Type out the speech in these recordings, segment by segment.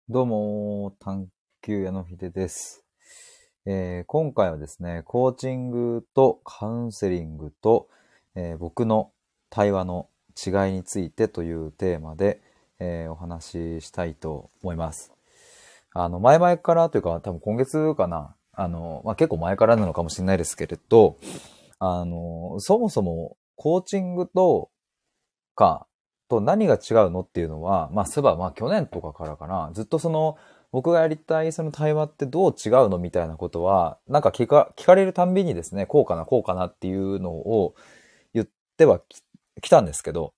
どうも、探求屋のひでです。今回はですね、コーチングとカウンセリングと、僕の対話の違いについてというテーマで、お話ししたいと思います。前々からというか、多分今月かな。結構前からなのかもしれないですけれど、そもそもコーチングか、と何が違うのっていうのは、そういえば、去年とかからかな、ずっと僕がやりたいその対話ってどう違うのみたいなことは、なんか聞かれるたんびにですね、こうかなっていうのを言ってはきたんですけど、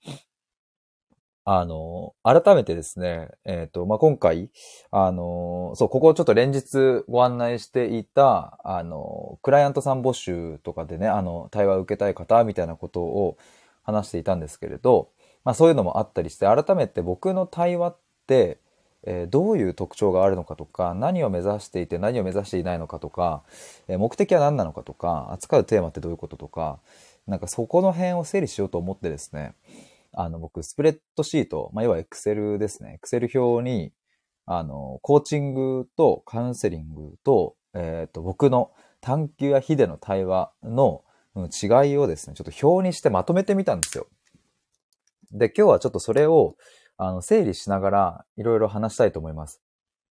改めてですね、今回、そう、ここをちょっと連日ご案内していた、クライアントさん募集とかでね、対話を受けたい方みたいなことを話していたんですけれど、そういうのもあったりして、改めて僕の対話って、どういう特徴があるのかとか、何を目指していて何を目指していないのかとか、目的は何なのかとか、扱うテーマってどういうこととか、なんかそこの辺を整理しようと思ってですね、僕、スプレッドシート、要は Excel ですね。Excel 表に、コーチングとカウンセリングと、僕の探求やヒデの対話の違いをですね、ちょっと表にしてまとめてみたんですよ。で、今日はちょっとそれを、整理しながら、いろいろ話したいと思います。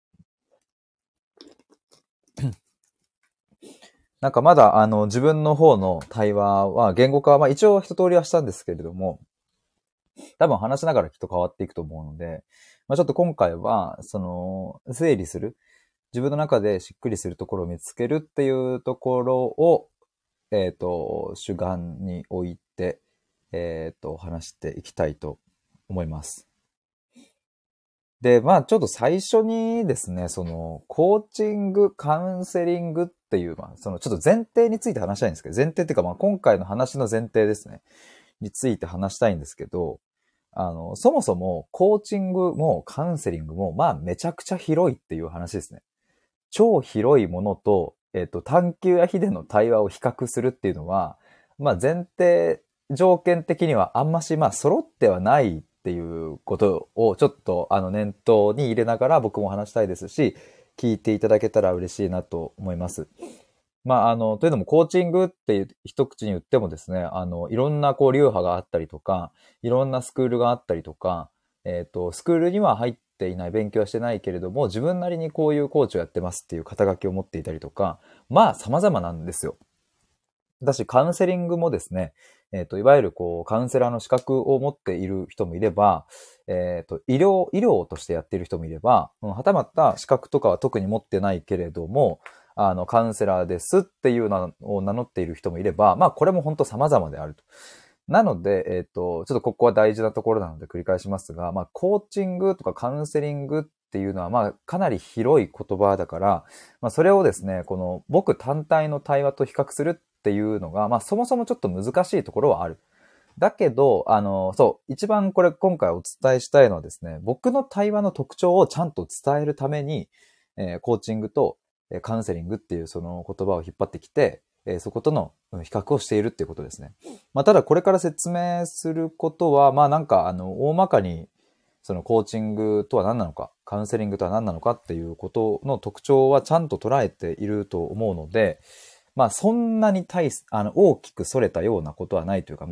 なんかまだ、自分の方の対話は、言語化は、一応一通りはしたんですけれども、多分話しながらきっと変わっていくと思うので、ちょっと今回は、整理する。自分の中でしっくりするところを見つけるっていうところを、主眼に置いて、話していきたいと思います。で、ちょっと最初にですね、コーチング、カウンセリングっていう、ちょっと前提について話したいんですけど、前提っていうか、今回の話の前提ですね、について話したいんですけど、そもそも、コーチングもカウンセリングも、めちゃくちゃ広いっていう話ですね。超広いものと、探求やヒデの対話を比較するっていうのは、前提条件的にはあんまし、揃ってはないっていうことをちょっと念頭に入れながら僕も話したいですし、聞いていただけたら嬉しいなと思います。というのもコーチングっていう一口に言ってもですね、いろんな流派があったりとか、いろんなスクールがあったりとか、スクールには入っていない、勉強はしてないけれども、自分なりにこういうコーチをやってますっていう肩書きを持っていたりとか、様々なんですよ。だし、カウンセリングもですね、いわゆるカウンセラーの資格を持っている人もいれば、医療としてやっている人もいれば、はたまた資格とかは特に持ってないけれども、カウンセラーですっていうのを名乗っている人もいれば、これも本当様々であると。なので、ちょっとここは大事なところなので繰り返しますが、コーチングとかカウンセリングっていうのは、かなり広い言葉だから、それをですね、この僕単体の対話と比較するっていうのが、そもそもちょっと難しいところはある。だけど、一番これ今回お伝えしたいのはですね、僕の対話の特徴をちゃんと伝えるために、コーチングとカウンセリングっていうその言葉を引っ張ってきて、そことの比較をしているっていうことですね。ただこれから説明することは、大まかに、そのコーチングとは何なのか、カウンセリングとは何なのかっていうことの特徴はちゃんと捉えていると思うので、そんなに大きく逸れたようなことはないというか、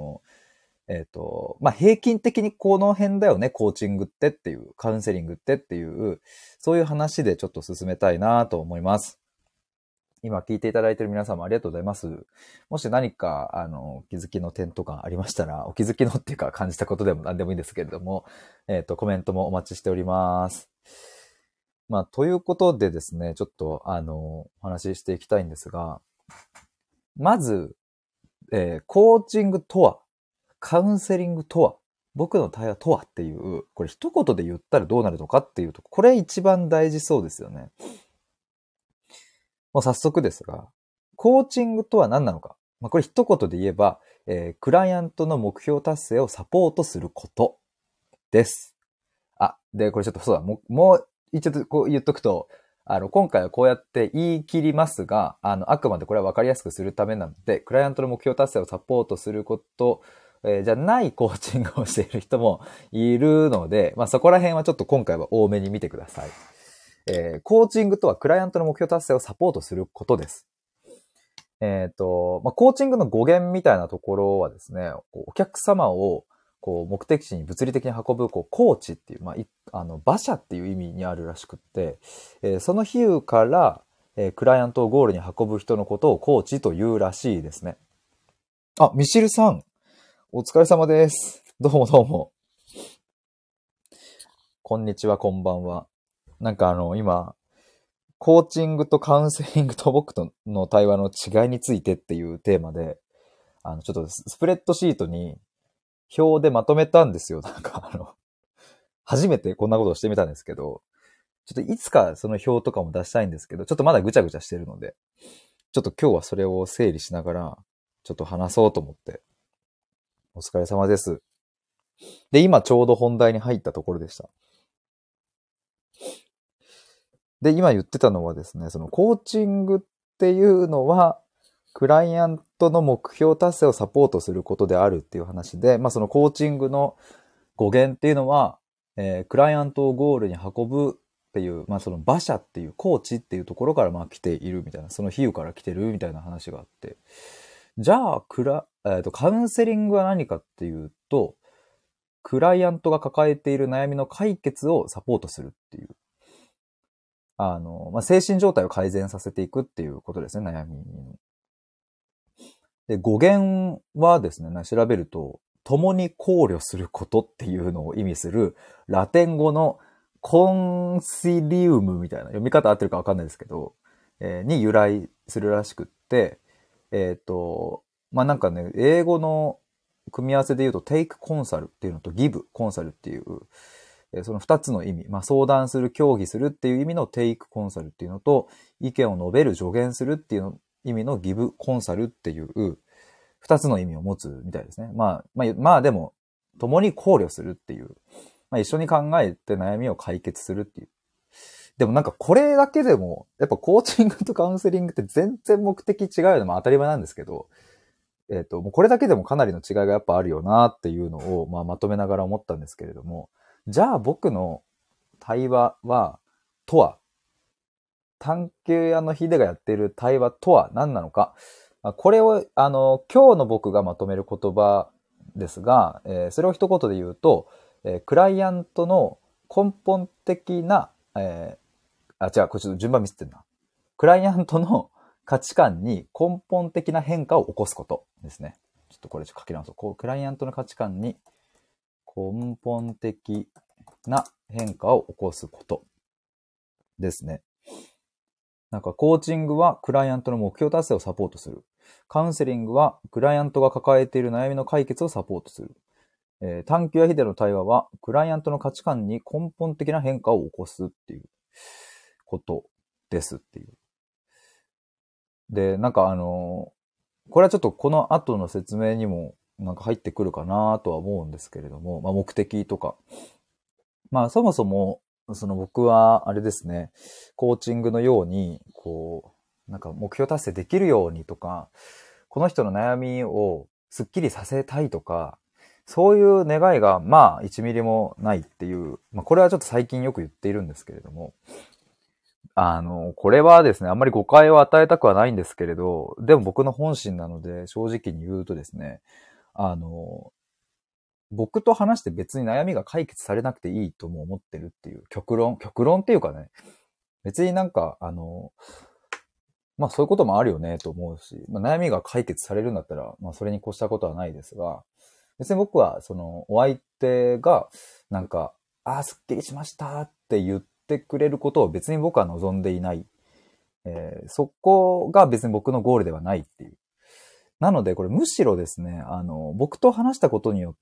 平均的にこの辺だよね、コーチングってっていう、カウンセリングってっていう、そういう話でちょっと進めたいなと思います。今聞いていただいている皆さんもありがとうございます。もし何か、気づきの点とかありましたら、お気づきのっていうか感じたことでも何でもいいんですけれども、コメントもお待ちしております。ということでですね、ちょっと、お話ししていきたいんですが、まず、コーチングとは、カウンセリングとは、僕の対話とはっていう、これ一言で言ったらどうなるのかっていうと、これ一番大事そうですよね。もう早速ですが、コーチングとは何なのか。これ一言で言えば、クライアントの目標達成をサポートすることです。で、これちょっとそうだ、もう一度こう言っとくと、今回はこうやって言い切りますが、あくまでこれは分かりやすくするためなので、クライアントの目標達成をサポートすることじゃないコーチングをしている人もいるので、そこら辺はちょっと今回は多めに見てください。コーチングとはクライアントの目標達成をサポートすることです。コーチングの語源みたいなところはですね、お客様を目的地に物理的に運ぶコーチっていう、馬車っていう意味にあるらしくって、その比喩から、クライアントをゴールに運ぶ人のことをコーチというらしいですね。あ、ミシルさん、お疲れ様です。どうもどうも。こんにちは、こんばんは。なんか今、コーチングとカウンセリングと僕との対話の違いについてっていうテーマで、ちょっとスプレッドシートに表でまとめたんですよ。初めてこんなことをしてみたんですけど、ちょっといつかその表とかも出したいんですけど、ちょっとまだぐちゃぐちゃしてるので、ちょっと今日はそれを整理しながら、ちょっと話そうと思って。お疲れ様です。で、今ちょうど本題に入ったところでした。で、今言ってたのはですね、そのコーチングっていうのは、クライアントの目標達成をサポートすることであるっていう話で、そのコーチングの語源っていうのは、クライアントをゴールに運ぶっていう、その馬車っていうコーチっていうところから来ているみたいな、その比喩から来てるみたいな話があって、じゃあ、カウンセリングは何かっていうと、クライアントが抱えている悩みの解決をサポートするっていう。精神状態を改善させていくっていうことですね、悩みの。で、語源はですね、調べると、共に考慮することっていうのを意味する、ラテン語のコンシリウムみたいな、読み方合ってるかわかんないですけど、に由来するらしくって、なんかね、英語の組み合わせで言うと、take コンサルっていうのと give コンサルっていう、その二つの意味、相談する、協議するっていう意味の take コンサルっていうのと、意見を述べる、助言するっていう意味の give コンサルっていう二つの意味を持つみたいですね。でも、共に考慮するっていう、一緒に考えて悩みを解決するっていう。でもなんかこれだけでも、やっぱコーチングとカウンセリングって全然目的違うのも当たり前なんですけど、もうこれだけでもかなりの違いがやっぱあるよなっていうのを、まとめながら思ったんですけれども、じゃあ僕の対話とは、探求屋のヒデがやっている対話とは何なのか。これを、今日の僕がまとめる言葉ですが、それを一言で言うと、クライアントの根本的な、違う、これちょっと順番ミスってんな。クライアントの価値観に根本的な変化を起こすことですね。ちょっとこれ書き直そう。クライアントの価値観に根本的な変化を起こすことですね。なんかコーチングはクライアントの目標達成をサポートする。カウンセリングはクライアントが抱えている悩みの解決をサポートする。探求やヒデの対話はクライアントの価値観に根本的な変化を起こすっていうことですっていう。で、なんかこれはちょっとこの後の説明にもなんか入ってくるかなとは思うんですけれども、目的とか。そもそも、僕はあれですね、コーチングのように、なんか目標達成できるようにとか、この人の悩みをスッキリさせたいとか、そういう願いが1ミリもないっていう、これはちょっと最近よく言っているんですけれども、これはですね、あんまり誤解を与えたくはないんですけれど、でも僕の本心なので正直に言うとですね、僕と話して別に悩みが解決されなくていいとも思ってるっていう極論っていうかね、別になんか、そういうこともあるよねと思うし、悩みが解決されるんだったら、それに越したことはないですが、別に僕はお相手が、なんか、すっきりしましたって言ってくれることを別に僕は望んでいない。そこが別に僕のゴールではないっていう。なので、これむしろですね、僕と話したことによって、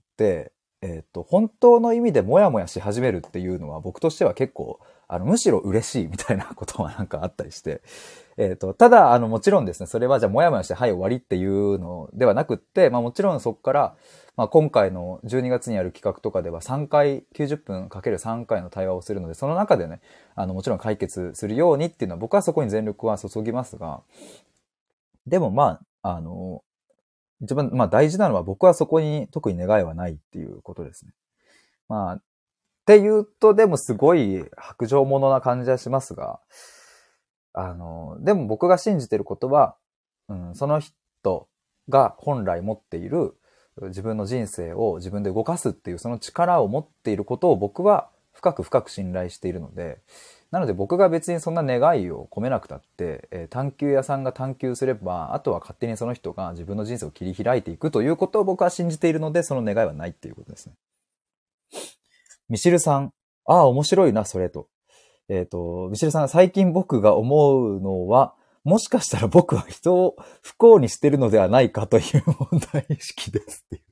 本当の意味でモヤモヤし始めるっていうのは僕としては結構、むしろ嬉しいみたいなことはなんかあったりして、ただ、もちろんですね、それはじゃあモヤモヤしてはい終わりっていうのではなくって、もちろんそこから、今回の12月にやる企画とかでは3回、90分かける3回の対話をするので、その中でね、もちろん解決するようにっていうのは僕はそこに全力は注ぎますが、でも一番、まあ大事なのは僕はそこに特に願いはないっていうことですね。まあ、っていうとでもすごい白状者な感じはしますが、でも僕が信じてることは、その人が本来持っている自分の人生を自分で動かすっていうその力を持っていることを僕は深く深く信頼しているので、なので僕が別にそんな願いを込めなくたって、探求屋さんが探求すれば、あとは勝手にその人が自分の人生を切り開いていくということを僕は信じているので、その願いはないっていうことですね。ミシルさん、ああ、面白いな、それと。ミシルさんが最近僕が思うのは、もしかしたら僕は人を不幸にしてるのではないかという問題意識ですっていう。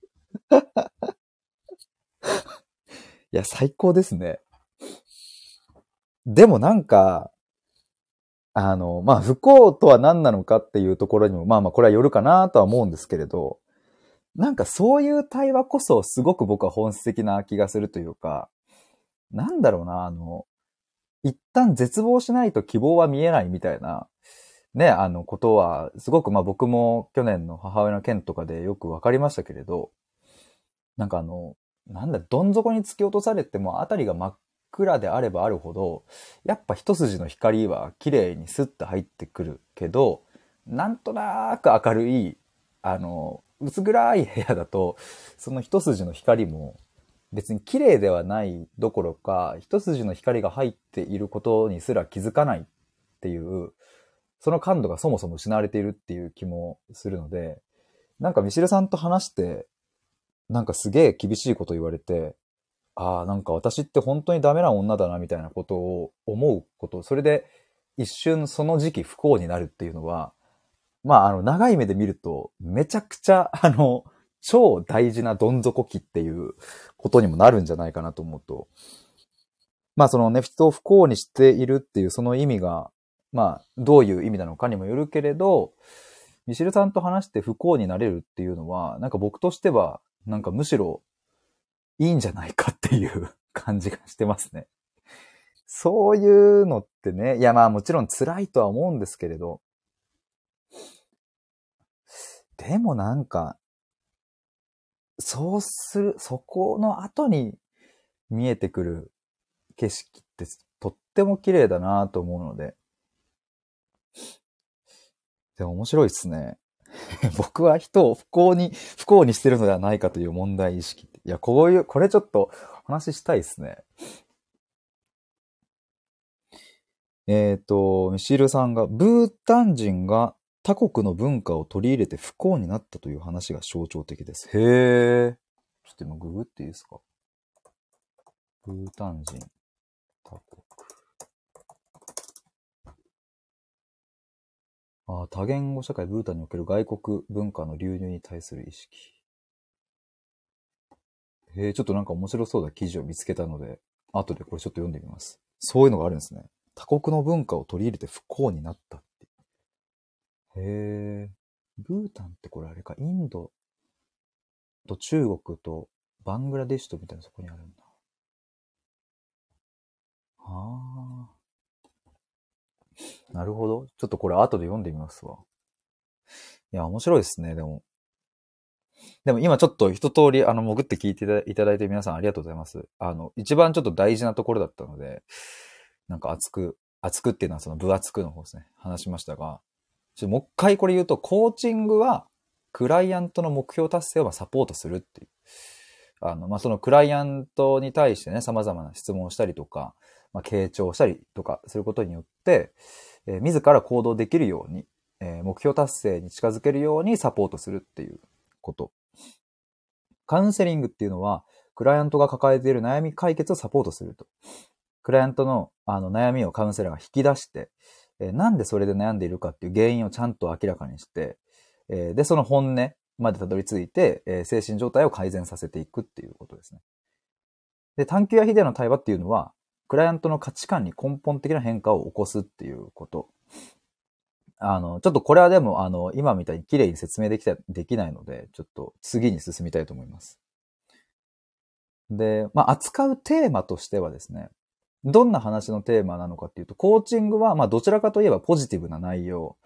いや、最高ですね。でもなんか、まあ、不幸とは何なのかっていうところにも、まあまあ、これはよるかなとは思うんですけれど、なんかそういう対話こそすごく僕は本質的な気がするというか、なんだろうな、一旦絶望しないと希望は見えないみたいな、ね、ことは、すごくまあ僕も去年の母親の件とかでよくわかりましたけれど、なんかなんだ、どん底に突き落とされてもあたりが真っ暗であればあるほど、やっぱ一筋の光は綺麗にスッと入ってくるけど、なんとなく明るい、薄暗い部屋だと、その一筋の光も別に綺麗ではないどころか、一筋の光が入っていることにすら気づかないっていう、その感度がそもそも失われているっていう気もするので、なんかミシルさんと話して、なんかすげえ厳しいこと言われて、ああ、なんか私って本当にダメな女だなみたいなことを思うこと、それで一瞬その時期不幸になるっていうのは、まあ、長い目で見ると、めちゃくちゃ、超大事などん底期っていうことにもなるんじゃないかなと思うと、まあそのね、人を不幸にしているっていうその意味が、まあどういう意味なのかにもよるけれど、ミシルさんと話して不幸になれるっていうのは、なんか僕としては、なんかむしろいいんじゃないかっていう感じがしてますね。そういうのってね、いやまあもちろん辛いとは思うんですけれど、でもなんか、そうする、そこの後に見えてくる景色ってとっても綺麗だなと思うので、でも面白いですね。僕は人を不幸にしてるのではないかという問題意識。いや、これちょっと話したいですね。ミシルさんが、ブータン人が他国の文化を取り入れて不幸になったという話が象徴的です。へー。ちょっと今ググっていいですか？ブータン人、他国。多言語社会ブータンにおける外国文化の流入に対する意識。ちょっとなんか面白そうな記事を見つけたので、後でこれちょっと読んでみます。そういうのがあるんですね。他国の文化を取り入れて不幸になったって。へー。ブータンってこれあれか、インドと中国とバングラデシュとみたいなそこにあるんだ。ああ。なるほど。ちょっとこれ後で読んでみますわ。いや、面白いですね、でも。でも今ちょっと一通り、潜って聞いていただいて皆さんありがとうございます。一番ちょっと大事なところだったので、なんか熱くっていうのはその分厚くの方ですね、話しましたが、もう一回これ言うと、コーチングは、クライアントの目標達成をサポートするっていう。そのクライアントに対してね、様々な質問をしたりとか、傾聴したりとかすることによって、自ら行動できるように、目標達成に近づけるようにサポートするっていうこと。カウンセリングっていうのは、クライアントが抱えている悩み解決をサポートすると。クライアントの悩みをカウンセラーが引き出して、なんでそれで悩んでいるかっていう原因をちゃんと明らかにして、で、その本音までたどり着いて、精神状態を改善させていくっていうことですね。で、探求やヒデの対話っていうのは、クライアントの価値観に根本的な変化を起こすっていうこと。ちょっとこれはでも、今みたいに綺麗に説明できないので、ちょっと次に進みたいと思います。で、扱うテーマとしてはですね、どんな話のテーマなのかっていうと、コーチングは、どちらかといえばポジティブな内容。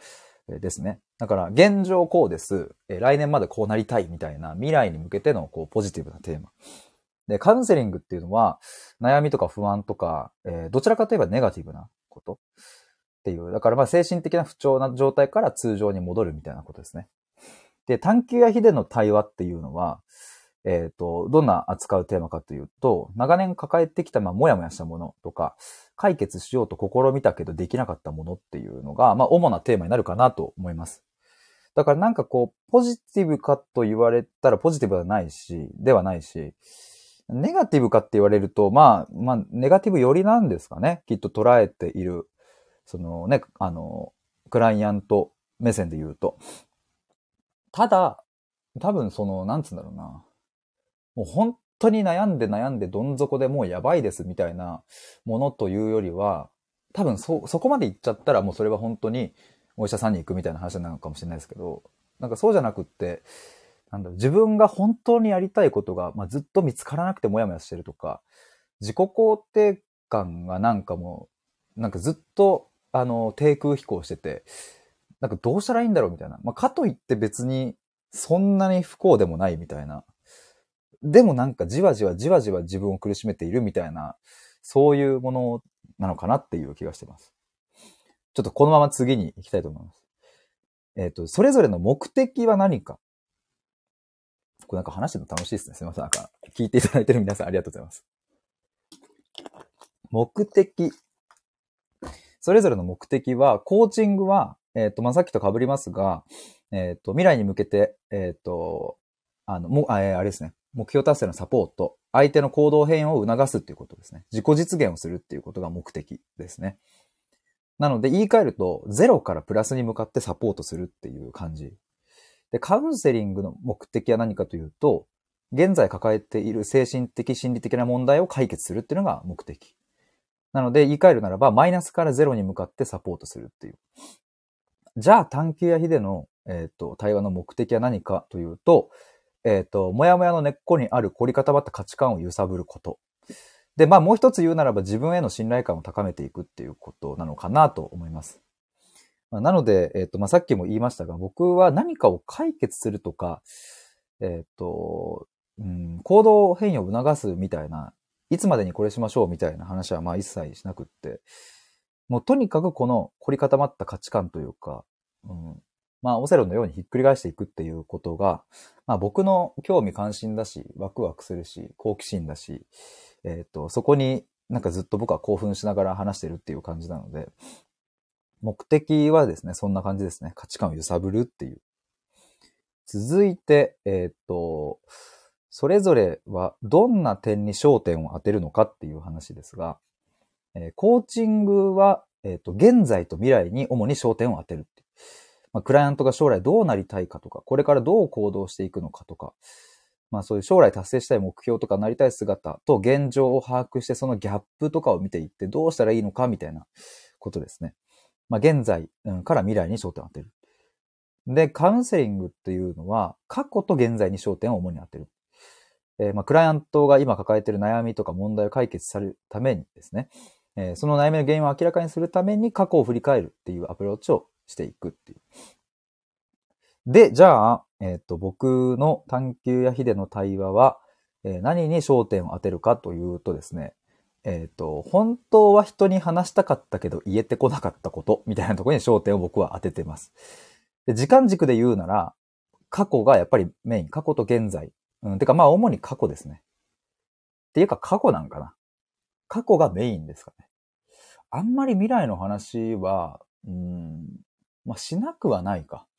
ですね。だから、現状こうです。来年までこうなりたいみたいな未来に向けてのこうポジティブなテーマ。で、カウンセリングっていうのは、悩みとか不安とか、どちらかといえばネガティブなことっていう。だからまあ精神的な不調な状態から通常に戻るみたいなことですね。で、探求やヒデの対話っていうのは、どんな扱うテーマかというと、長年抱えてきた、まあ、もやもやしたものとか、解決しようと試みたけどできなかったものっていうのが、まあ、主なテーマになるかなと思います。だからなんかこう、ポジティブかと言われたらポジティブではないし、ネガティブかって言われると、まあ、ネガティブ寄りなんですかね。きっと捉えている、そのね、クライアント目線で言うと。ただ、多分なんつうんだろうな。もう本当に悩んでどん底でもうやばいですみたいなものというよりは、多分そこまで行っちゃったらもうそれは本当にお医者さんに行くみたいな話なのかもしれないですけど、なんかそうじゃなくって、なんだろう、自分が本当にやりたいことが、まあ、ずっと見つからなくてもやもやしてるとか、自己肯定感がなんかもう、なんかずっと、低空飛行してて、なんかどうしたらいいんだろうみたいな。まあ、かといって別に、そんなに不幸でもないみたいな。でもなんかじわじわ自分を苦しめているみたいな、そういうものなのかなっていう気がしてます。ちょっとこのまま次に行きたいと思います。それぞれの目的は何か。これなんか話してるの楽しいですね。すいません。なんか聞いていただいてる皆さんありがとうございます。目的。それぞれの目的は、コーチングは、まあ、さっきと被りますが、未来に向けて、あれですね。目標達成のサポート、相手の行動変容を促すっていうことですね。自己実現をするっていうことが目的ですね。なので言い換えると、ゼロからプラスに向かってサポートするっていう感じ。で、カウンセリングの目的は何かというと、現在抱えている精神的、心理的な問題を解決するっていうのが目的。なので言い換えるならば、マイナスからゼロに向かってサポートするっていう。じゃあ、探求やヒデの、対話の目的は何かというと、もやもやの根っこにある凝り固まった価値観を揺さぶること。で、まあもう一つ言うならば自分への信頼感を高めていくっていうことなのかなと思います。まあ、なので、まあさっきも言いましたが、僕は何かを解決するとか、行動変容を促すみたいな、いつまでにこれしましょうみたいな話はまあ一切しなくって、もうとにかくこの凝り固まった価値観というか、まあオセロのようにひっくり返していくっていうことが、まあ僕の興味関心だし、ワクワクするし、好奇心だし、そこになんかずっと僕は興奮しながら話してるっていう感じなので、目的はですね、そんな感じですね。価値観を揺さぶるっていう。続いて、それぞれはどんな点に焦点を当てるのかっていう話ですが、コーチングは、現在と未来に主に焦点を当てるっていう。まあ、クライアントが将来どうなりたいかとか、これからどう行動していくのかとか、まあそういう将来達成したい目標とかなりたい姿と現状を把握してそのギャップとかを見ていってどうしたらいいのかみたいなことですね。まあ現在から未来に焦点を当てる。で、カウンセリングっていうのは過去と現在に焦点を主に当てる。まあクライアントが今抱えている悩みとか問題を解決されるためにですね、その悩みの原因を明らかにするために過去を振り返るっていうアプローチをしていくっていう。で、じゃあ、僕の探求やヒデの対話は、何に焦点を当てるかというとですね、本当は人に話したかったけど言えてこなかったことみたいなところに焦点を僕は当ててます。で、時間軸で言うなら、過去がやっぱりメイン、過去と現在。てかまあ主に過去ですね。っていうか過去なんかな。過去がメインですかね。あんまり未来の話は、まあしなくはないか。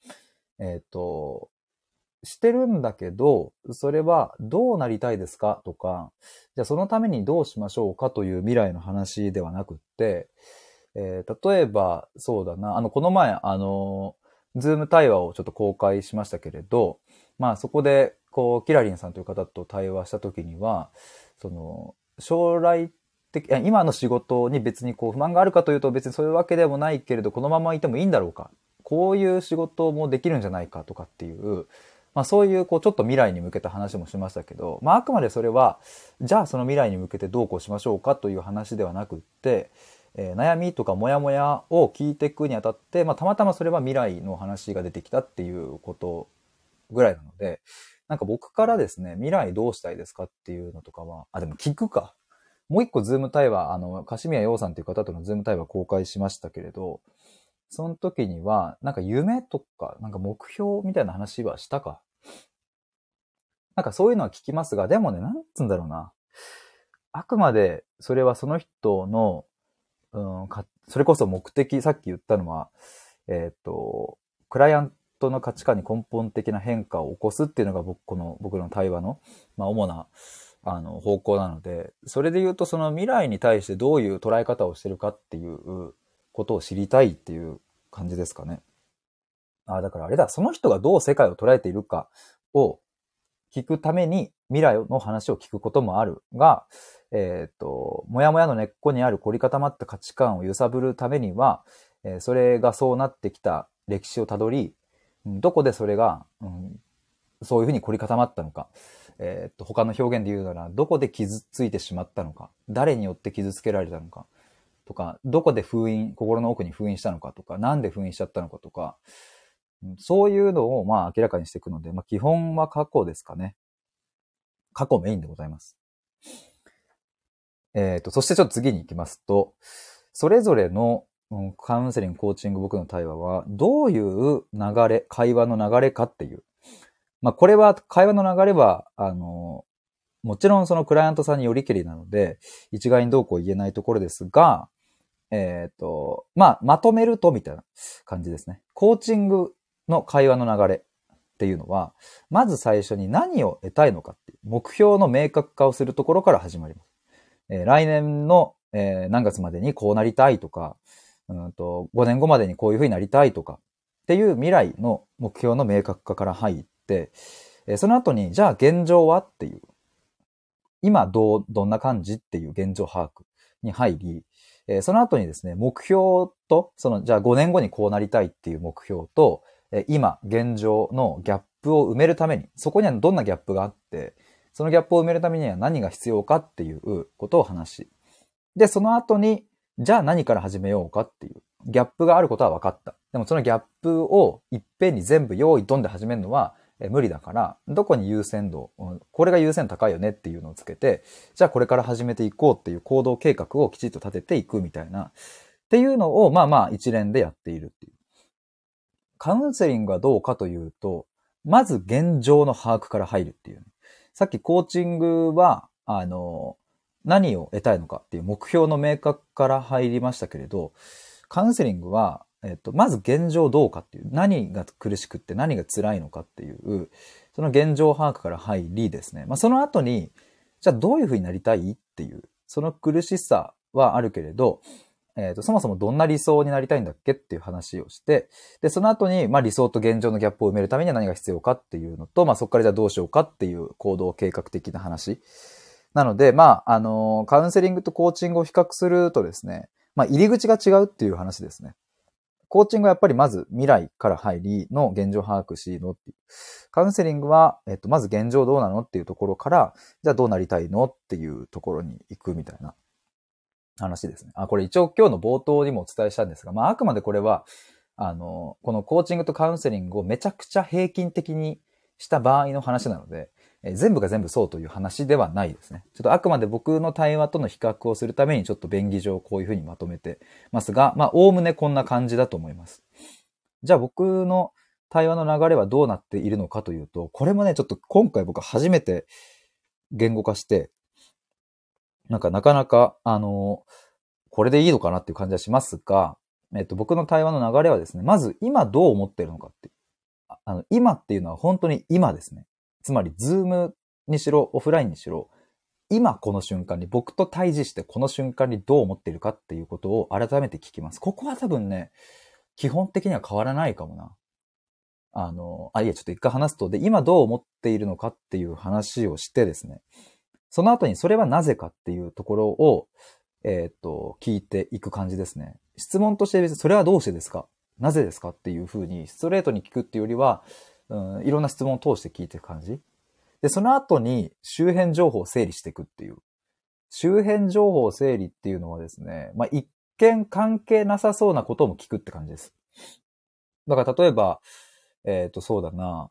してるんだけど、それはどうなりたいですかとか、じゃあそのためにどうしましょうかという未来の話ではなくって、例えば、そうだな、この前、ズーム対話をちょっと公開しましたけれど、まあそこで、こう、キラリンさんという方と対話したときには、将来的、今の仕事に別にこう不満があるかというと別にそういうわけでもないけれど、このままいてもいいんだろうか。こういう仕事もできるんじゃないかとかっていう、まあそういうこうちょっと未来に向けた話もしましたけど、まああくまでそれは、じゃあその未来に向けてどうこうしましょうかという話ではなくって、 悩みとかモヤモヤを聞いていくにあたって、たまたまそれは未来の話が出てきたっていうことぐらいなので、なんか僕からですね、未来どうしたいですかっていうのとかは、でも聞くか。もう一個ズーム対話、柏宮陽さんという方とのズーム対話公開しましたけれど、その時には、なんか夢とか、なんか目標みたいな話はしたか。なんかそういうのは聞きますが、でもね、なんつうんだろうな。あくまで、それはその人の、それこそ目的、さっき言ったのは、クライアントの価値観に根本的な変化を起こすっていうのが僕の対話の、主な、方向なので、それで言うとその未来に対してどういう捉え方をしてるかっていうことを知りたいっていう感じですかね。だからあれだ、その人がどう世界を捉えているかを聞くために未来の話を聞くこともあるが、もやもやの根っこにある凝り固まった価値観を揺さぶるためには、それがそうなってきた歴史をたどり、どこでそれが、そういうふうに凝り固まったのか、他の表現で言うなら、どこで傷ついてしまったのか、誰によって傷つけられたのか、とか、どこで心の奥に封印したのかとか、なんで封印しちゃったのかとか、そういうのを明らかにしていくので、基本は過去ですかね。過去メインでございます。そしてちょっと次に行きますと、それぞれの、カウンセリング、コーチング、僕の対話は、どういう流れ、会話の流れかっていう。これは、会話の流れは、もちろんそのクライアントさんによりけりなので、一概にどうこう言えないところですが、まとめるとみたいな感じですね。コーチングの会話の流れっていうのは、まず最初に何を得たいのかっていう、目標の明確化をするところから始まります。来年の、何月までにこうなりたいとか、5年後までにこういうふうになりたいとかっていう未来の目標の明確化から入って、その後に、じゃあ現状はっていう、今どんな感じっていう現状把握に入り、その後にですね、目標と、じゃあ5年後にこうなりたいっていう目標と、今、現状のギャップを埋めるために、そこにはどんなギャップがあって、そのギャップを埋めるためには何が必要かっていうことを話し、で、その後に、じゃあ何から始めようかっていう、ギャップがあることは分かった。でもそのギャップをいっぺんに全部用意ドンで始めるのは無理だから、どこに優先度、これが優先度高いよねっていうのをつけて、じゃあこれから始めていこうっていう行動計画をきちっと立てていくみたいな、っていうのを一連でやっているっていう。カウンセリングはどうかというと、まず現状の把握から入るっていう。さっきコーチングは、何を得たいのかっていう目標の明確から入りましたけれど、カウンセリングは、まず現状どうかっていう、何が苦しくって何が辛いのかっていう、その現状把握から入りですね。その後に、じゃあどういうふうになりたいっていう、その苦しさはあるけれど、そもそもどんな理想になりたいんだっけっていう話をして、で、その後に、理想と現状のギャップを埋めるためには何が必要かっていうのと、そこからじゃあどうしようかっていう行動計画的な話。なので、カウンセリングとコーチングを比較するとですね、入り口が違うっていう話ですね。コーチングはやっぱりまず未来から入りの現状把握しのっていう。カウンセリングは、まず現状どうなのっていうところから、じゃあどうなりたいのっていうところに行くみたいな話ですね。これ一応今日の冒頭にもお伝えしたんですが、あくまでこれは、このコーチングとカウンセリングをめちゃくちゃ平均的にした場合の話なので、全部が全部そうという話ではないですね。ちょっとあくまで僕の対話との比較をするためにちょっと便宜上こういうふうにまとめてますが、おおむねこんな感じだと思います。じゃあ僕の対話の流れはどうなっているのかというと、これもね、ちょっと今回僕初めて言語化して、なかなか、これでいいのかなっていう感じはしますが、僕の対話の流れはですね、まず今どう思っているのかっていう。今っていうのは本当に今ですね。つまり、ズームにしろ、オフラインにしろ、今この瞬間に、僕と対峙してこの瞬間にどう思っているかっていうことを改めて聞きます。ここは多分ね、基本的には変わらないかもな。ちょっと一回話すと、で、今どう思っているのかっていう話をしてですね、その後にそれはなぜかっていうところを、聞いていく感じですね。質問として別にそれはどうしてですか？なぜですか？っていう風にストレートに聞くっていうよりは、いろんな質問を通して聞いていく感じ。で、その後に周辺情報を整理していくっていう。周辺情報整理っていうのはですね、一見関係なさそうなことも聞くって感じです。だから例えば、そうだな、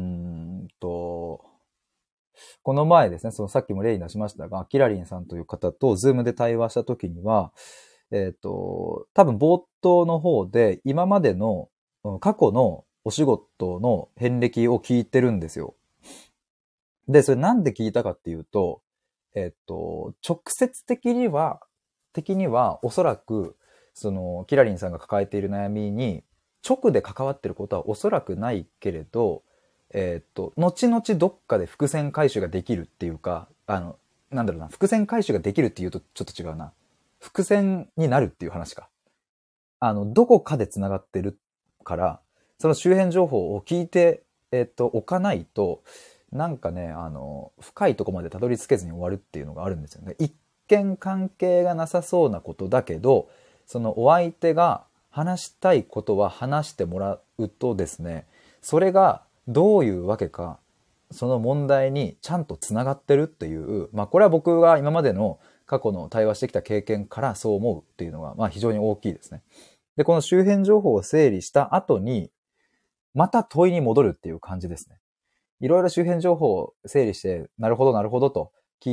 この前ですね、そのさっきも例に出しましたが、キラリンさんという方とズームで対話した時には、多分冒頭の方で今までの過去のお仕事の遍歴を聞いてるんですよ。で、それなんで聞いたかっていうと、直接的にはおそらく、その、キラリンさんが抱えている悩みに直で関わっていることはおそらくないけれど、後々どっかで伏線回収ができるっていうか、なんだろうな、伏線回収ができるっていうとちょっと違うな。伏線になるっていう話か。どこかで繋がってるから、その周辺情報を聞いて、おかないと、なんかね、深いとこまでたどり着けずに終わるっていうのがあるんですよね。一見関係がなさそうなことだけど、そのお相手が話したいことは話してもらうとですね、それがどういうわけか、その問題にちゃんとつながってるっていう、まあこれは僕が今までの過去の対話してきた経験からそう思うっていうのが、まあ非常に大きいですね。で、この周辺情報を整理した後に、また問いに戻るっていう感じですね。いろいろ周辺情報を整理して、なるほど、なるほどと、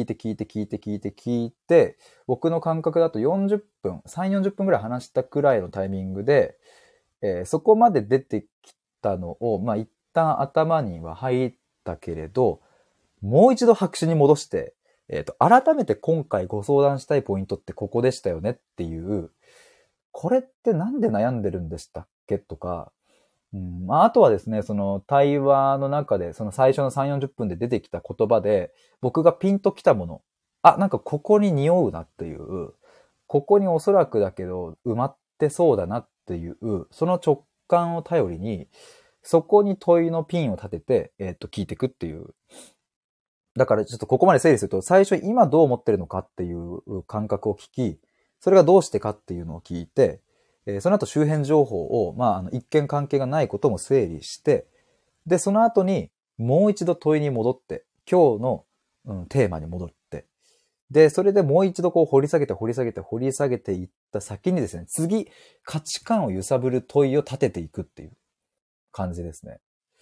聞いて、僕の感覚だと40分、3、40分ぐらい話したくらいのタイミングで、そこまで出てきたのを、まあ一旦頭には入ったけれど、もう一度白紙に戻して、改めて今回ご相談したいポイントってここでしたよねっていう、これってなんで悩んでるんでしたっけとか、まあ、あとはですね、その対話の中で、その最初の3、40分で出てきた言葉で、僕がピンときたもの、あ、なんかここに匂うなっていう、ここにおそらくだけど埋まってそうだなっていう、その直感を頼りに、そこに問いのピンを立てて、聞いていくっていう。だからちょっとここまで整理すると、最初今どう思ってるのかっていう感覚を聞き、それがどうしてかっていうのを聞いて、その後周辺情報を、まあ、一見関係がないことも整理して、で、その後にもう一度問いに戻って、今日の、テーマに戻って、で、それでもう一度こう掘り下げていった先にですね、次、価値観を揺さぶる問いを立てていくっていう感じですね。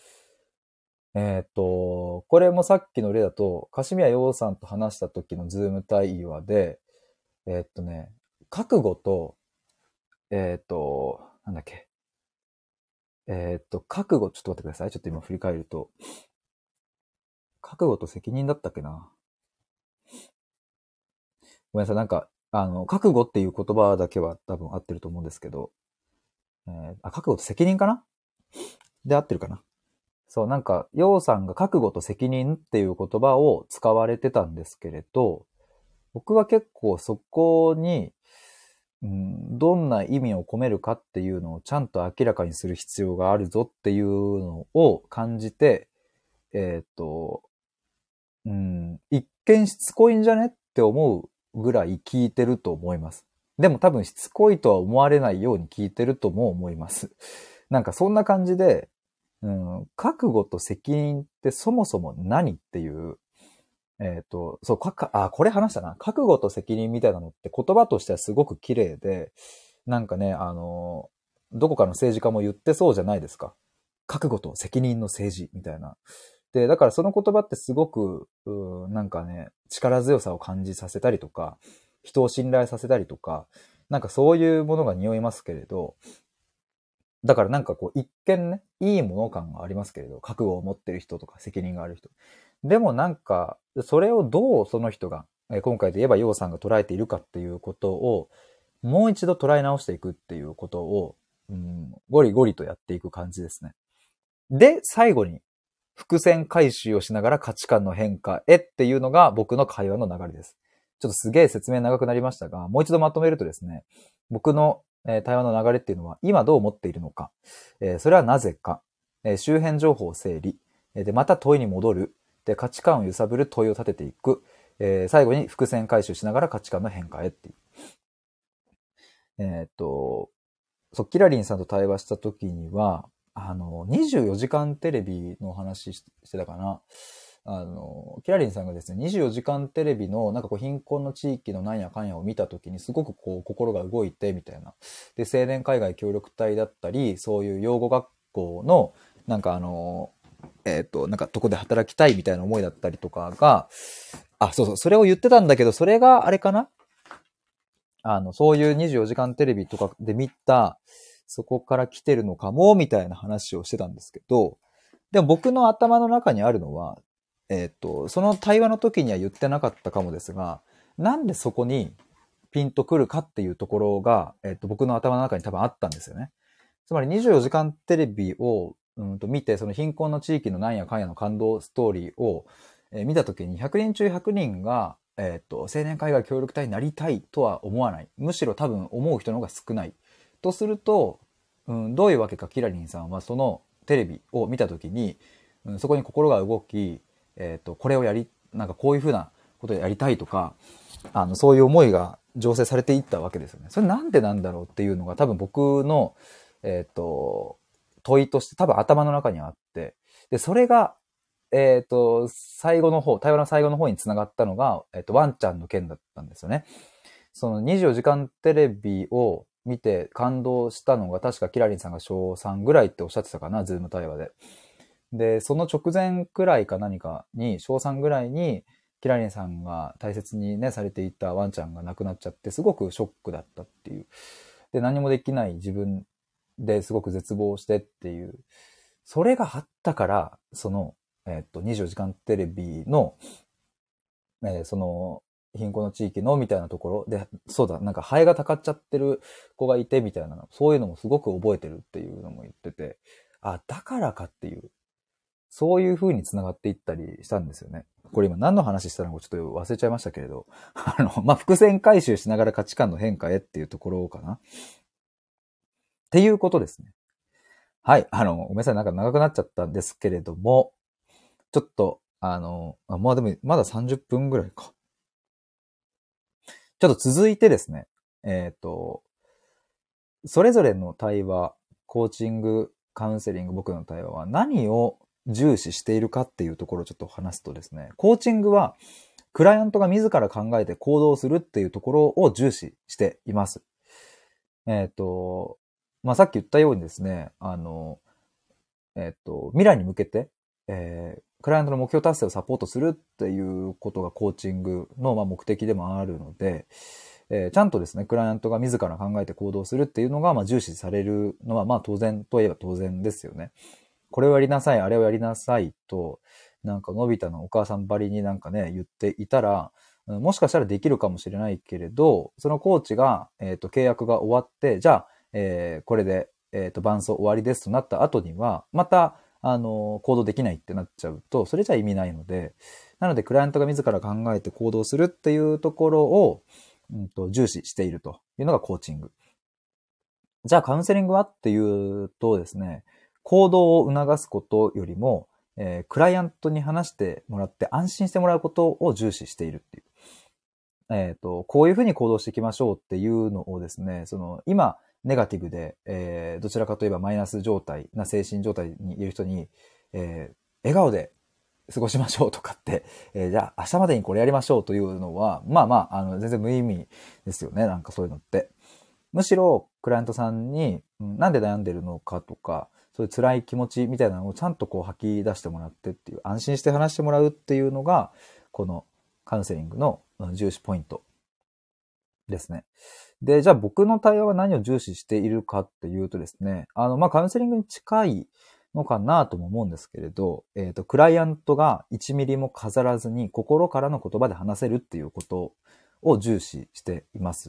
これもさっきの例だと、柏宮陽さんと話した時のズーム対話で、覚悟と、なんだっけ、覚悟、ちょっと待ってください。ちょっと今振り返ると、覚悟と責任だったっけな。ごめんなさい。なんか、覚悟っていう言葉だけは多分合ってると思うんですけど、覚悟と責任かなで合ってるかな。そう、なんか、陽さんが覚悟と責任っていう言葉を使われてたんですけれど、僕は結構そこに、どんな意味を込めるかっていうのをちゃんと明らかにする必要があるぞっていうのを感じて、えーっと、一見しつこいんじゃねって思うぐらい聞いてると思います。でも多分しつこいとは思われないように聞いてるとも思います。なんかそんな感じで、覚悟と責任ってそもそも何っていう、そう、これ話したな。覚悟と責任みたいなのって言葉としてはすごく綺麗で、なんかね、どこかの政治家も言ってそうじゃないですか。覚悟と責任の政治みたいな。で、だからその言葉ってすごく、なんかね、力強さを感じさせたりとか、人を信頼させたりとか、なんかそういうものが匂いますけれど、だからなんかこう一見ね、いいもの感がありますけれど、覚悟を持ってる人とか責任がある人。でもなんか、それをどうその人が、今回で言えば陽さんが捉えているかっていうことを、もう一度捉え直していくっていうことを、ゴリゴリとやっていく感じですね。で、最後に伏線回収をしながら価値観の変化へっていうのが僕の会話の流れです。ちょっとすげえ説明長くなりましたが、もう一度まとめるとですね、僕の対話の流れっていうのは、今どう思っているのか、それはなぜか、周辺情報を整理、で、また問いに戻る、で、価値観を揺さぶる問いを立てていく、最後に伏線回収しながら価値観の変化へっていう。そう、キラリンさんと対話した時には、24時間テレビの話してたかな。 キラリンさんがですね、24時間テレビのなんかこう貧困の地域のなんやかんやを見たときにすごくこう心が動いてみたいな。で、青年海外協力隊だったり、そういう養護学校のなんかなんかとこで働きたいみたいな思いだったりとかが、そうそう、それを言ってたんだけど、それがあれかな、そういう24時間テレビとかで見た、そこから来てるのかも、みたいな話をしてたんですけど、でも僕の頭の中にあるのは、その対話の時には言ってなかったかもですが、なんでそこにピンとくるかっていうところが、僕の頭の中に多分あったんですよね。つまり24時間テレビを、見て、その貧困の地域のなんやかんやの感動ストーリーを、見た時に100人中100人が、青年海外協力隊になりたいとは思わない。むしろ多分思う人の方が少ない。とすると、どういうわけかキラリンさんはそのテレビを見た時に、そこに心が動き、これをなんかこういうふうなことをやりたいとか、そういう思いが醸成されていったわけですよね。それなんでなんだろうっていうのが多分僕の、問いとして多分頭の中にあって、で、それが、最後の方、対話の最後の方に繋がったのが、ワンちゃんの件だったんですよね。その24時間テレビを見て感動したのが確かキラリンさんが小3ぐらいっておっしゃってたかな、ズーム対話で。で、その直前くらいか何かに、小3ぐらいに、キラリンさんが大切にね、されていたワンちゃんが亡くなっちゃって、すごくショックだったっていう。で、何もできない自分ですごく絶望してっていう。それがあったから、その、24時間テレビの、その、貧困の地域のみたいなところで、そうだ、なんかハエがたかっちゃってる子がいてみたいな、そういうのもすごく覚えてるっていうのも言ってて、だからかっていう、そういう風に繋がっていったりしたんですよね。これ今何の話したのかちょっと忘れちゃいましたけれど、伏線回収しながら価値観の変化へっていうところかな。っていうことですね。はい。ごめんなさい。なんか長くなっちゃったんですけれども、ちょっと、まあでも、まだ30分ぐらいか。ちょっと続いてですね、それぞれの対話、コーチング、カウンセリング、僕の対話は何を重視しているかっていうところをちょっと話すとですね、コーチングは、クライアントが自ら考えて行動するっていうところを重視しています。さっき言ったようにですね、未来に向けて、クライアントの目標達成をサポートするっていうことがコーチングの目的でもあるので、ちゃんとですね、クライアントが自ら考えて行動するっていうのが重視されるのは当然といえば当然ですよね。これをやりなさい、あれをやりなさいと、なんかのび太のお母さんばりになんかね、言っていたら、もしかしたらできるかもしれないけれど、そのコーチが、契約が終わって、じゃあ、これで、伴走終わりですとなった後には、また、行動できないってなっちゃうと、それじゃ意味ないので、なので、クライアントが自ら考えて行動するっていうところを、重視しているというのがコーチング。じゃあ、カウンセリングはっていうとですね、行動を促すことよりも、クライアントに話してもらって安心してもらうことを重視しているっていう。こういうふうに行動していきましょうっていうのをですね、今、ネガティブで、どちらかといえばマイナス状態な精神状態にいる人に、笑顔で過ごしましょうとかって、じゃあ明日までにこれやりましょうというのは、全然無意味ですよね。なんかそういうのって。むしろ、クライアントさんに、なんで悩んでるのかとか、そういう辛い気持ちみたいなのをちゃんとこう吐き出してもらってっていう、安心して話してもらうっていうのが、このカウンセリングの重視ポイントですね。で、じゃあ僕の対話は何を重視しているかっていうとですね、カウンセリングに近いのかなとも思うんですけれど、クライアントが1ミリも飾らずに心からの言葉で話せるっていうことを重視しています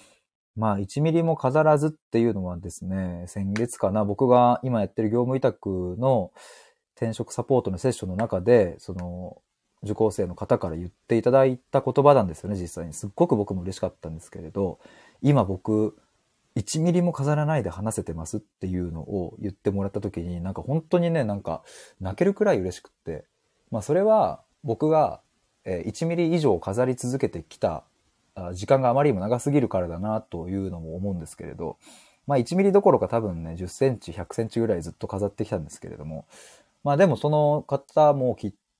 。1ミリも飾らずっていうのはですね、先月かな、僕が今やってる業務委託の転職サポートのセッションの中で、受講生の方から言っていただいた言葉なんですよね、実際に。すっごく僕も嬉しかったんですけれど、今僕、1ミリも飾らないで話せてますっていうのを言ってもらった時に、なんか本当にね、なんか泣けるくらい嬉しくって。それは僕が1ミリ以上飾り続けてきた時間があまりにも長すぎるからだなというのも思うんですけれど、1ミリどころか多分ね、10センチ、100センチぐらいずっと飾ってきたんですけれども、でもその方もきっ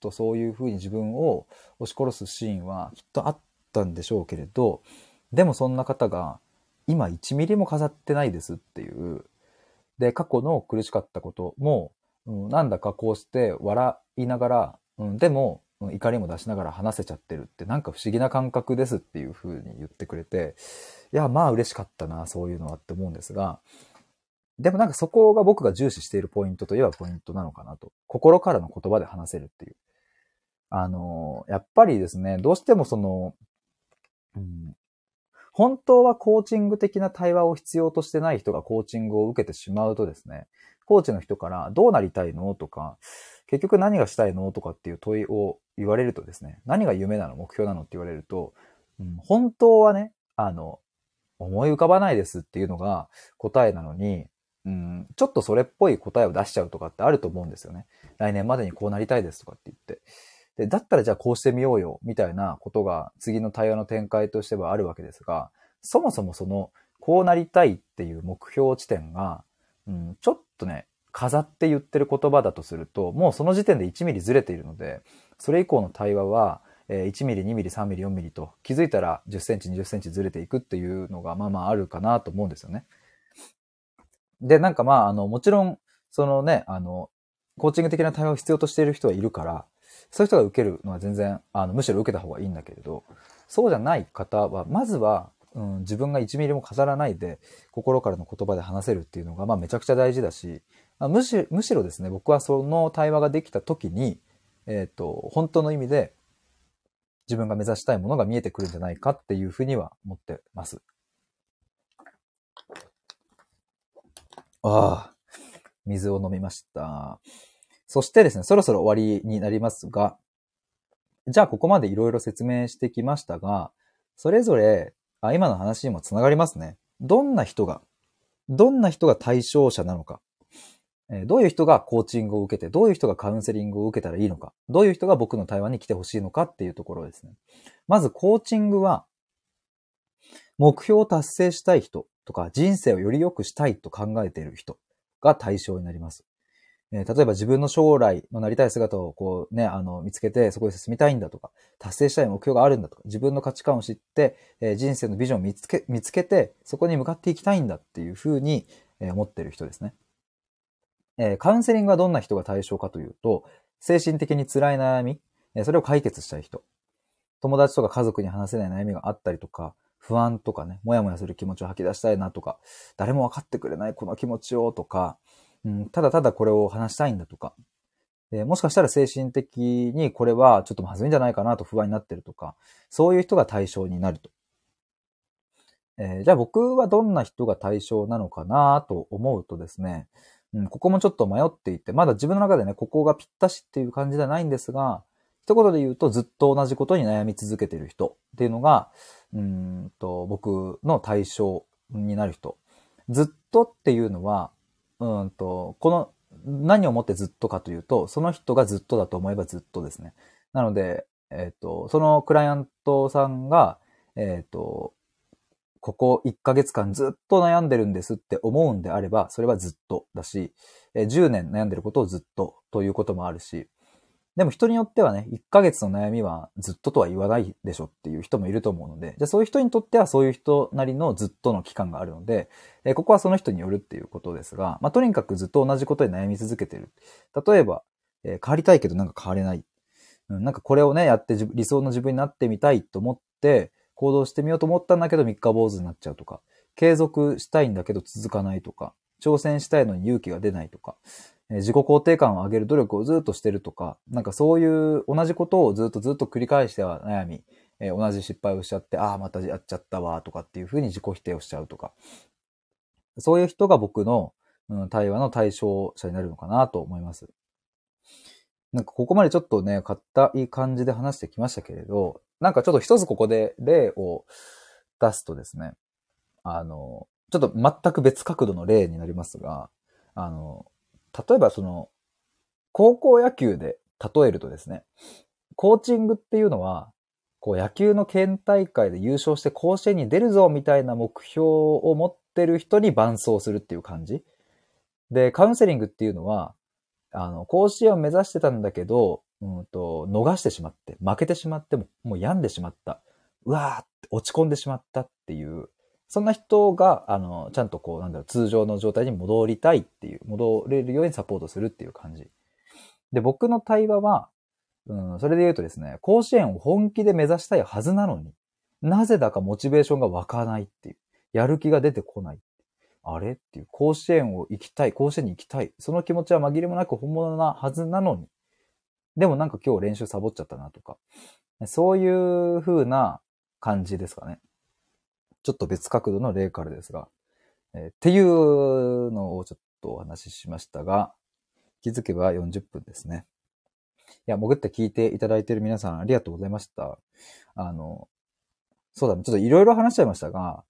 とそういう風に自分を押し殺すシーンはきっとあったんでしょうけれど、でもそんな方が今1ミリも飾ってないですっていう。で、過去の苦しかったことも、なんだかこうして笑いながら、でも、怒りも出しながら話せちゃってるってなんか不思議な感覚ですっていう風に言ってくれて、いや、まあ嬉しかったな、そういうのはって思うんですが、でもなんかそこが僕が重視しているポイントといえばポイントなのかなと。心からの言葉で話せるっていう。やっぱりですね、どうしてもうん、本当はコーチング的な対話を必要としてない人がコーチングを受けてしまうとですね、コーチの人からどうなりたいのとか、結局何がしたいのとかっていう問いを言われるとですね、何が夢なの目標なのって言われると、本当はね、思い浮かばないですっていうのが答えなのに、ちょっとそれっぽい答えを出しちゃうとかってあると思うんですよね。来年までにこうなりたいですとかって言って。で、だったらじゃあこうしてみようよ、みたいなことが次の対話の展開としてはあるわけですが、そもそもこうなりたいっていう目標地点が、ちょっとね、飾って言ってる言葉だとすると、もうその時点で1ミリずれているので、それ以降の対話は、1ミリ、2ミリ、3ミリ、4ミリと気づいたら10センチ、20センチずれていくっていうのがまあまああるかなと思うんですよね。で、なんかまあ、もちろん、そのね、コーチング的な対話を必要としている人はいるから、そういう人が受けるのは全然、むしろ受けた方がいいんだけれど、そうじゃない方は、まずは、自分が1ミリも飾らないで、心からの言葉で話せるっていうのが、まあめちゃくちゃ大事だし、むしろですね、僕はその対話ができた時に、本当の意味で自分が目指したいものが見えてくるんじゃないかっていうふうには思ってます。ああ、水を飲みました。そしてですね、そろそろ終わりになりますが、じゃあここまでいろいろ説明してきましたが、それぞれ、今の話にもつながりますね。どんな人が対象者なのか、どういう人がコーチングを受けて、どういう人がカウンセリングを受けたらいいのか、どういう人が僕の対話に来てほしいのかっていうところですね。まずコーチングは、目標を達成したい人とか、人生をより良くしたいと考えている人が対象になります。例えば自分の将来のなりたい姿をこうね、見つけてそこに進みたいんだとか、達成したい目標があるんだとか、自分の価値観を知って、人生のビジョンを見つけて、そこに向かっていきたいんだっていうふうに、思っている人ですね。カウンセリングはどんな人が対象かというと、精神的に辛い悩み、それを解決したい人。友達とか家族に話せない悩みがあったりとか、不安とかね、もやもやする気持ちを吐き出したいなとか、誰も分かってくれないこの気持ちをとか、ただただこれを話したいんだとか、もしかしたら精神的にこれはちょっとまずいんじゃないかなと不安になってるとか、そういう人が対象になると。じゃあ僕はどんな人が対象なのかなと思うとですね、ここもちょっと迷っていて、まだ自分の中でね、ここがぴったしっていう感じではないんですが、一言で言うとずっと同じことに悩み続けている人っていうのが、僕の対象になる人。ずっとっていうのは、この、何をもってずっとかというと、その人がずっとだと思えばずっとですね。なので、そのクライアントさんが、ここ1ヶ月間ずっと悩んでるんですって思うんであれば、それはずっとだし、10年悩んでることをずっとということもあるし、でも人によってはね、1ヶ月の悩みはずっととは言わないでしょっていう人もいると思うので、じゃあそういう人にとってはそういう人なりのずっとの期間があるので、ここはその人によるっていうことですが、とにかくずっと同じことに悩み続けてる。例えば、変わりたいけどなんか変われない。なんかこれをね、やって理想の自分になってみたいと思って、行動してみようと思ったんだけど三日坊主になっちゃうとか、継続したいんだけど続かないとか、挑戦したいのに勇気が出ないとか、自己肯定感を上げる努力をずっとしてるとか、なんかそういう同じことをずっと繰り返しては悩み、同じ失敗をしちゃって、ああ、またやっちゃったわ、とかっていうふうに自己否定をしちゃうとか、そういう人が僕の、対話の対象者になるのかなと思います。なんかここまでちょっとね、硬い感じで話してきましたけれど、なんかちょっと一つここで例を出すとですね、ちょっと全く別角度の例になりますが、例えば高校野球で例えるとですね、コーチングっていうのは、こう野球の県大会で優勝して甲子園に出るぞみたいな目標を持ってる人に伴走するっていう感じ。で、カウンセリングっていうのは、甲子園を目指してたんだけど、 逃してしまって、負けてしまってもう病んでしまった。うわーって落ち込んでしまったっていう、そんな人が、ちゃんとこう、通常の状態に戻りたいっていう、戻れるようにサポートするっていう感じ。で、僕の対話は、それで言うとですね、甲子園を本気で目指したいはずなのに、なぜだかモチベーションが湧かないっていう、やる気が出てこない。あれっていう、甲子園を行きたい、甲子園に行きたい。その気持ちは紛れもなく本物なはずなのに、でもなんか今日練習サボっちゃったなとか、そういう風な感じですかね。ちょっと別角度の例からですが、っていうのをちょっとお話ししましたが、気づけば40分ですね。いや、潜って聞いていただいている皆さんありがとうございました。そうだね、ちょっといろいろ話しちゃいましたが、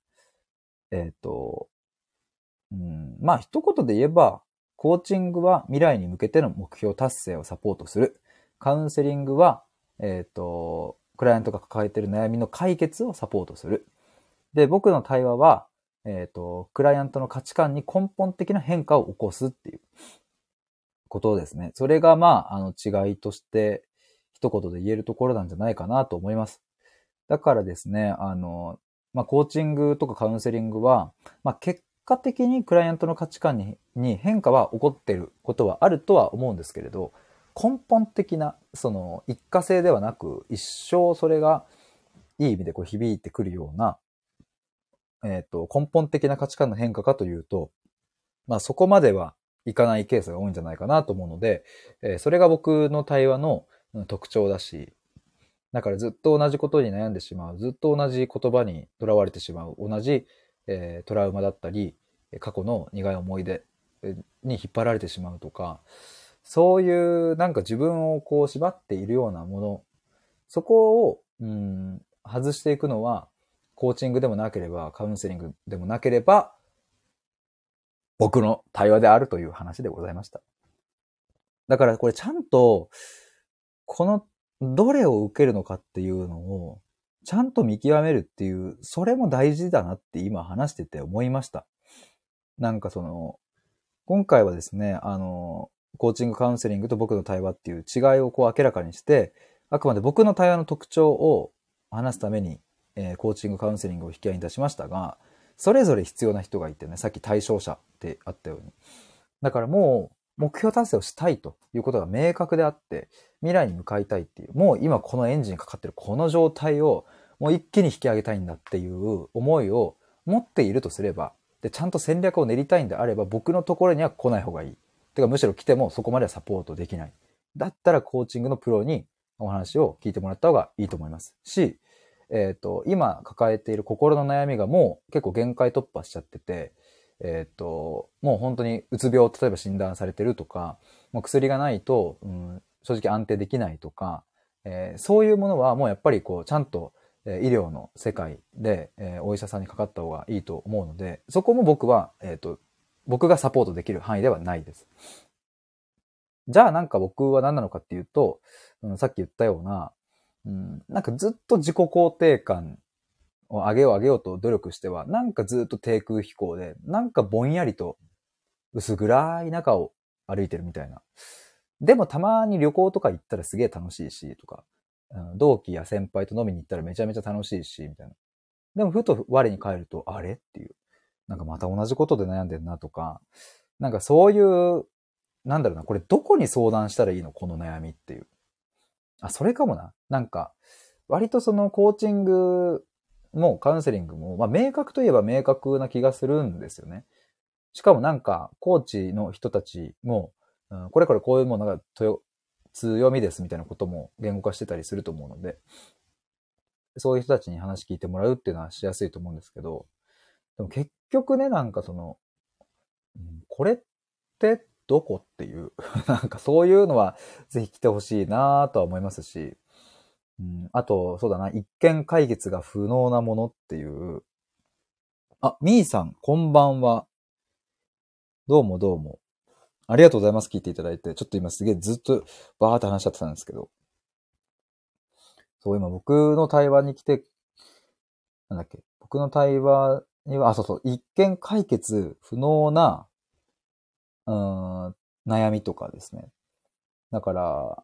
まあ一言で言えば、コーチングは未来に向けての目標達成をサポートする。カウンセリングは、クライアントが抱えている悩みの解決をサポートする。で、僕の対話は、クライアントの価値観に根本的な変化を起こすっていうことですね。それが、まあ、違いとして、一言で言えるところなんじゃないかなと思います。だからですね、コーチングとかカウンセリングは、結果的にクライアントの価値観に変化は起こっていることはあるとは思うんですけれど、根本的な、一過性ではなく、一生それがいい意味でこう響いてくるような、根本的な価値観の変化かというと、そこまではいかないケースが多いんじゃないかなと思うので、それが僕の対話の特徴だし、だからずっと同じことに悩んでしまう、ずっと同じ言葉にとらわれてしまう、同じ、トラウマだったり、過去の苦い思い出に引っ張られてしまうとか、そういうなんか自分をこう縛っているようなもの、そこを、外していくのは、コーチングでもなければ、カウンセリングでもなければ、僕の対話であるという話でございました。だからこれちゃんと、このどれを受けるのかっていうのを、ちゃんと見極めるっていう、それも大事だなって今話してて思いました。なんか今回はですね、コーチングカウンセリングと僕の対話っていう違いをこう明らかにして、あくまで僕の対話の特徴を話すために、コーチングカウンセリングを引き合いに出しましたが、それぞれ必要な人がいてね、さっき対象者ってあったように。だからもう、目標達成をしたいということが明確であって、未来に向かいたいっていう、もう今このエンジンかかってるこの状態をもう一気に引き上げたいんだっていう思いを持っているとすれば、で、ちゃんと戦略を練りたいんであれば、僕のところには来ない方がいい。てか、むしろ来てもそこまではサポートできない。だったらコーチングのプロにお話を聞いてもらった方がいいと思いますし、今抱えている心の悩みがもう結構限界突破しちゃってて、もう本当にうつ病、例えば診断されてるとか、もう薬がないと、正直安定できないとか、そういうものはもうやっぱりこう、ちゃんと医療の世界で、お医者さんにかかった方がいいと思うので、そこも僕は、僕がサポートできる範囲ではないです。じゃあなんか僕は何なのかっていうと、さっき言ったような、なんかずっと自己肯定感を上げようと努力しては、なんかずっと低空飛行で、なんかぼんやりと薄暗い中を歩いてるみたいな。でもたまに旅行とか行ったらすげえ楽しいし、とか、同期や先輩と飲みに行ったらめちゃめちゃ楽しいし、みたいな。でもふと我に返ると、あれっていう。なんかまた同じことで悩んでるなとか、なんかそういう、なんだろうな、これどこに相談したらいいのこの悩みっていう。あ、それかもな。なんか、割とそのコーチングもカウンセリングも、明確といえば明確な気がするんですよね。しかもなんか、コーチの人たちも、これからこういうものが強みですみたいなことも言語化してたりすると思うので、そういう人たちに話聞いてもらうっていうのはしやすいと思うんですけど、でも結局ね、なんかこれってどこっていう、なんかそういうのはぜひ来てほしいなとは思いますし、あと、そうだな、一見解決が不能なものっていう、あ、みーさん、こんばんは。どうもどうも。ありがとうございます。聞いていただいて。ちょっと今すげえずっとバーって話しちゃってたんですけど。そう、今僕の対話に来て、なんだっけ。僕の対話には、そうそう、一見解決不能な、悩みとかですね。だから、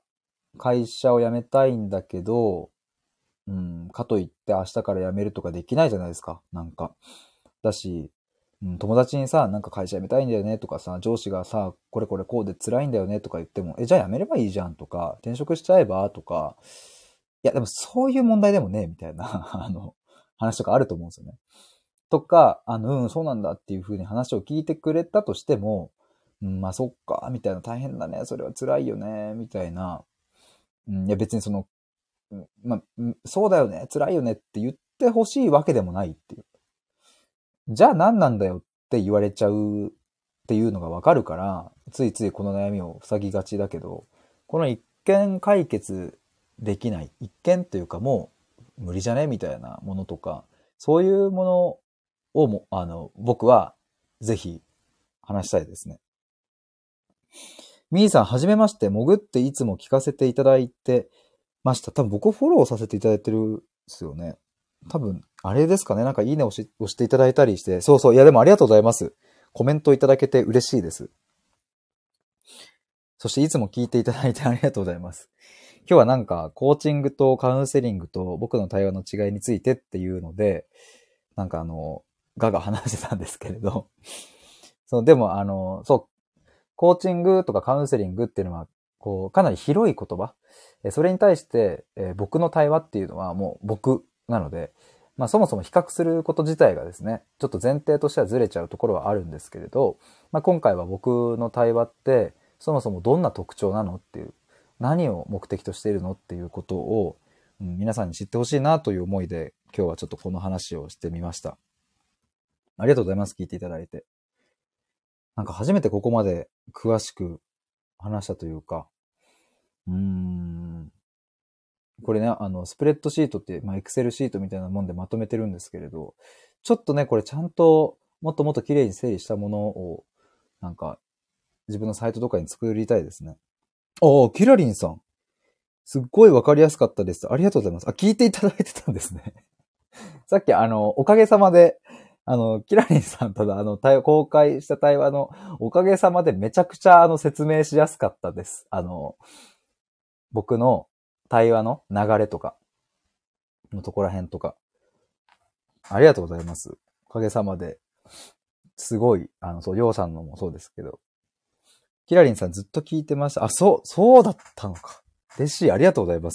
会社を辞めたいんだけど、かといって明日から辞めるとかできないじゃないですか。なんか。だし、友達にさ、なんか会社辞めたいんだよねとかさ、上司がさ、これこれこうで辛いんだよねとか言っても、じゃあ辞めればいいじゃんとか、転職しちゃえばとか、いや、でもそういう問題でもね、みたいな、話とかあると思うんですよね。とか、そうなんだっていう風に話を聞いてくれたとしても、まあそっか、みたいな、大変だね、それは辛いよね、みたいな、いや別にその、そうだよね、辛いよねって言ってほしいわけでもないっていう。じゃあ何なんだよって言われちゃうっていうのがわかるから、ついついこの悩みを塞ぎがちだけど、この一見解決できない、一見というかもう無理じゃねみたいなものとか、そういうものをも、僕はぜひ話したいですね。みーさん、はじめまして、潜っていつも聞かせていただいてました。多分僕フォローさせていただいてるんですよね。多分、あれですかね。なんかいいね押していただいたりして。そうそう。いや、でもありがとうございます。コメントいただけて嬉しいです。そしていつも聞いていただいてありがとうございます。今日はなんか、コーチングとカウンセリングと僕の対話の違いについてっていうので、なんかガが話してたんですけれど。そう、でもそう、コーチングとかカウンセリングっていうのは、こう、かなり広い言葉。それに対して、僕の対話っていうのはもう僕なので、まあそもそも比較すること自体がですね、ちょっと前提としてはずれちゃうところはあるんですけれど、まあ今回は僕の対話って、そもそもどんな特徴なのっていう、何を目的としているのっていうことを、皆さんに知ってほしいなという思いで、今日はちょっとこの話をしてみました。ありがとうございます。聞いていただいて。なんか初めてここまで詳しく話したというか、うーん。これね、スプレッドシートって、まあ、エクセルシートみたいなもんでまとめてるんですけれど、ちょっとね、これちゃんと、もっともっと綺麗に整理したものを、なんか、自分のサイトとかに作りたいですね。ああ、キラリンさん。すっごいわかりやすかったです。ありがとうございます。あ、聞いていただいてたんですね。さっきおかげさまで、キラリンさんとの公開した対話のおかげさまでめちゃくちゃ説明しやすかったです。僕の対話の流れとか、のとこら辺とか。ありがとうございます。おかげさまで。すごい、そう、ようさんのもそうですけど。キラリンさんずっと聞いてました。あ、そうだったのか。嬉しい。ありがとうございます。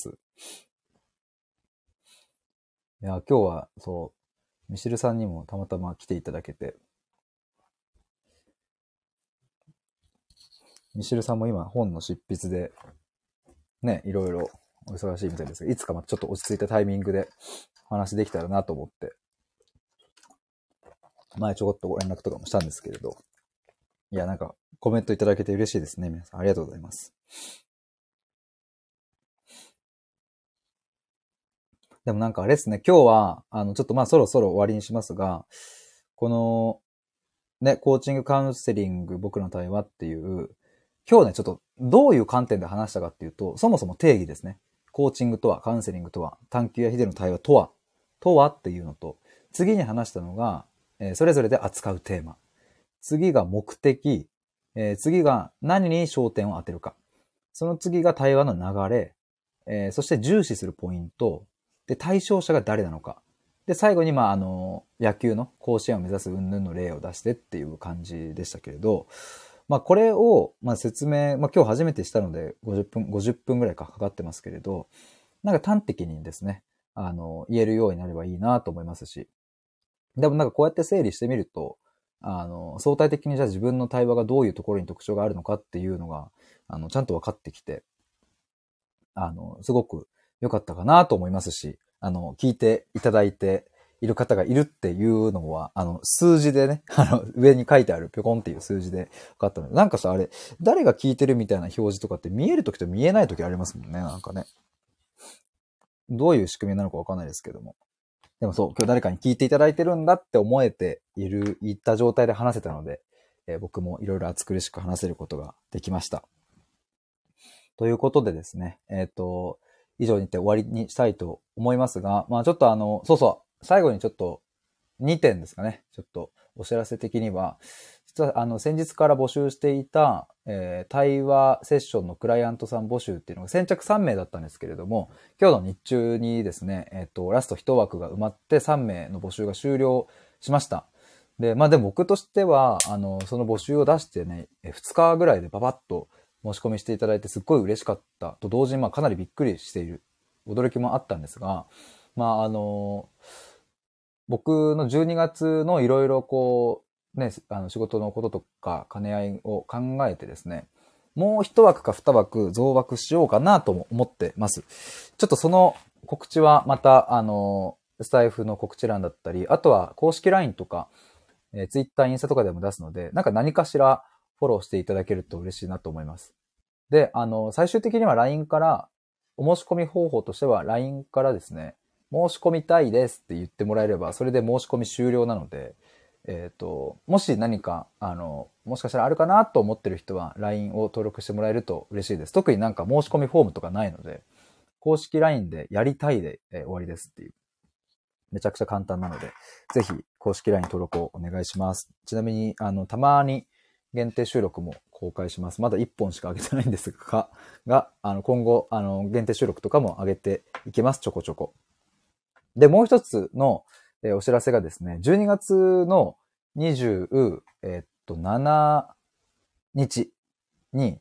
いや、今日は、そう、ミシルさんにもたまたま来ていただけて。ミシルさんも今本の執筆で、ね、いろいろお忙しいみたいですが、いつかまたちょっと落ち着いたタイミングでお話できたらなと思って、前ちょこっとご連絡とかもしたんですけれど。いや、なんか、コメントいただけて嬉しいですね。皆さん、ありがとうございます。でもなんかあれですね、今日は、ちょっとまあそろそろ終わりにしますが、この、ね、コーチングカウンセリング僕の対話っていう、今日ね、ちょっとどういう観点で話したかっていうと、そもそも定義ですね。コーチングとは、カウンセリングとは、探求やヒデの対話とはっていうのと、次に話したのが、それぞれで扱うテーマ。次が目的、次が何に焦点を当てるか。その次が対話の流れ、そして重視するポイント、で、対象者が誰なのか。で、最後に、まあ、野球の甲子園を目指す云々の例を出してっていう感じでしたけれど、まあ、これを、まあ、説明、まあ、今日初めてしたので50分ぐらいかかってますけれど、なんか端的にですね、言えるようになればいいなと思いますし、でもなんかこうやって整理してみると、相対的にじゃあ自分の対話がどういうところに特徴があるのかっていうのが、ちゃんと分かってきて、すごく良かったかなと思いますし、聞いていただいている方がいるっていうのは、数字でね、上に書いてあるぴょこんっていう数字で分かったので、なんかさ、あれ、誰が聞いてるみたいな表示とかって見えるときと見えないときありますもんね、なんかね。どういう仕組みなのかわかんないですけども。でもそう、今日誰かに聞いていただいてるんだって思えていった状態で話せたので、僕もいろいろ暑苦しく話せることができました。ということでですね、以上にて終わりにしたいと思いますが、まあちょっとそうそう、最後にちょっと 2点ですかね。ちょっとお知らせ的には、実は先日から募集していた、対話セッションのクライアントさん募集っていうのが先着3名だったんですけれども、今日の日中にですね、ラスト1枠が埋まって3名の募集が終了しました。で、まあでも僕としては、その募集を出してね、2日ぐらいでパパッと申し込みしていただいてすっごい嬉しかったと同時に、まあかなりびっくりしている、驚きもあったんですが、まあ僕の12月のいろいろこう、ね、仕事のこととか兼ね合いを考えてですね、もう1枠か2枠増枠しようかなとも思ってます。ちょっとその告知はまた、スタイフの告知欄だったり、あとは公式 LINE とか、Twitter、インスタとかでも出すので、なんか何かしらフォローしていただけると嬉しいなと思います。で、最終的には LINE から、お申し込み方法としては LINE からですね、申し込みたいですって言ってもらえれば、それで申し込み終了なので、もし何か、もしかしたらあるかなと思ってる人は LINE を登録してもらえると嬉しいです。特になんか申し込みフォームとかないので、公式 LINE でやりたいで、終わりですっていう。めちゃくちゃ簡単なので、ぜひ公式 LINE 登録をお願いします。ちなみに、たまに限定収録も公開します。まだ1本しか上げてないんですが、今後、限定収録とかも上げていきます。ちょこちょこ。で、もう一つの、お知らせがですね、12月の27日に、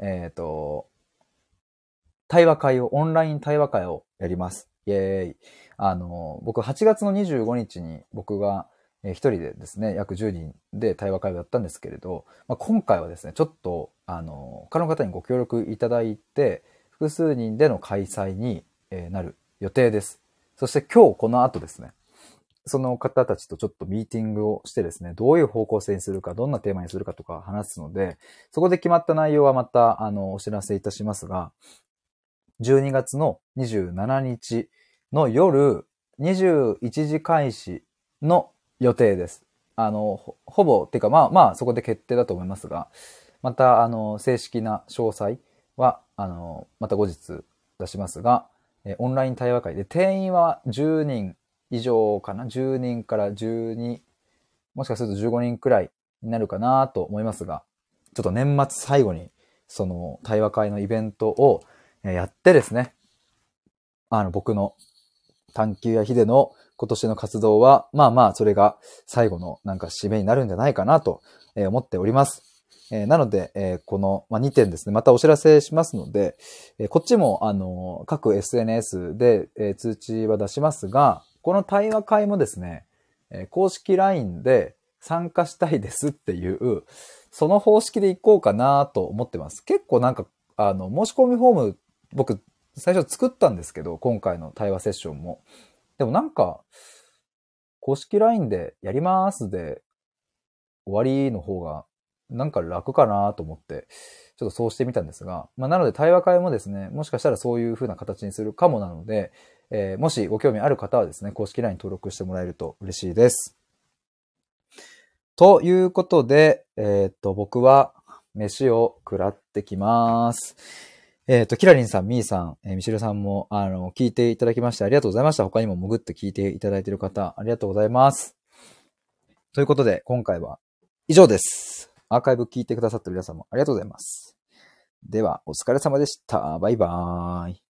対話会を、オンライン対話会をやります。イェーイ。僕8月の25日に僕が一人でですね、約10人で対話会をやったんですけれど、まあ、今回はですね、ちょっと、他の方にご協力いただいて、複数人での開催になる予定です。そして今日この後ですね、その方たちとちょっとミーティングをしてですね、どういう方向性にするか、どんなテーマにするかとか話すので、そこで決まった内容はまた、お知らせいたしますが、12月の27日の夜21時開始の予定です。ほぼ、てかまあまあそこで決定だと思いますが、また正式な詳細はまた後日出しますが、オンライン対話会で定員は10人以上かな ?10 人から12、もしかすると15人くらいになるかなと思いますが、ちょっと年末最後にその対話会のイベントをやってですね、僕の探求やヒデの今年の活動は、まあまあ、それが最後のなんか締めになるんじゃないかなと思っております。なので、この2点ですね、またお知らせしますので、こっちも各 SNS で通知は出しますが、この対話会もですね、公式 LINE で参加したいですっていう、その方式でいこうかなと思ってます。結構なんか、申し込みフォーム、僕、最初作ったんですけど、今回の対話セッションも。でもなんか、公式 LINE でやりますで終わりの方がなんか楽かなと思って、ちょっとそうしてみたんですが、まあなので対話会もですね、もしかしたらそういう風な形にするかもなので、もしご興味ある方はですね、公式 LINE 登録してもらえると嬉しいです。ということで、僕は飯を食らってきます。キラリンさん、ミーさん、ミシルさんも、聞いていただきましてありがとうございました。他にも潜って聞いていただいている方、ありがとうございます。ということで、今回は以上です。アーカイブ聞いてくださった皆さんもありがとうございます。では、お疲れ様でした。バイバーイ。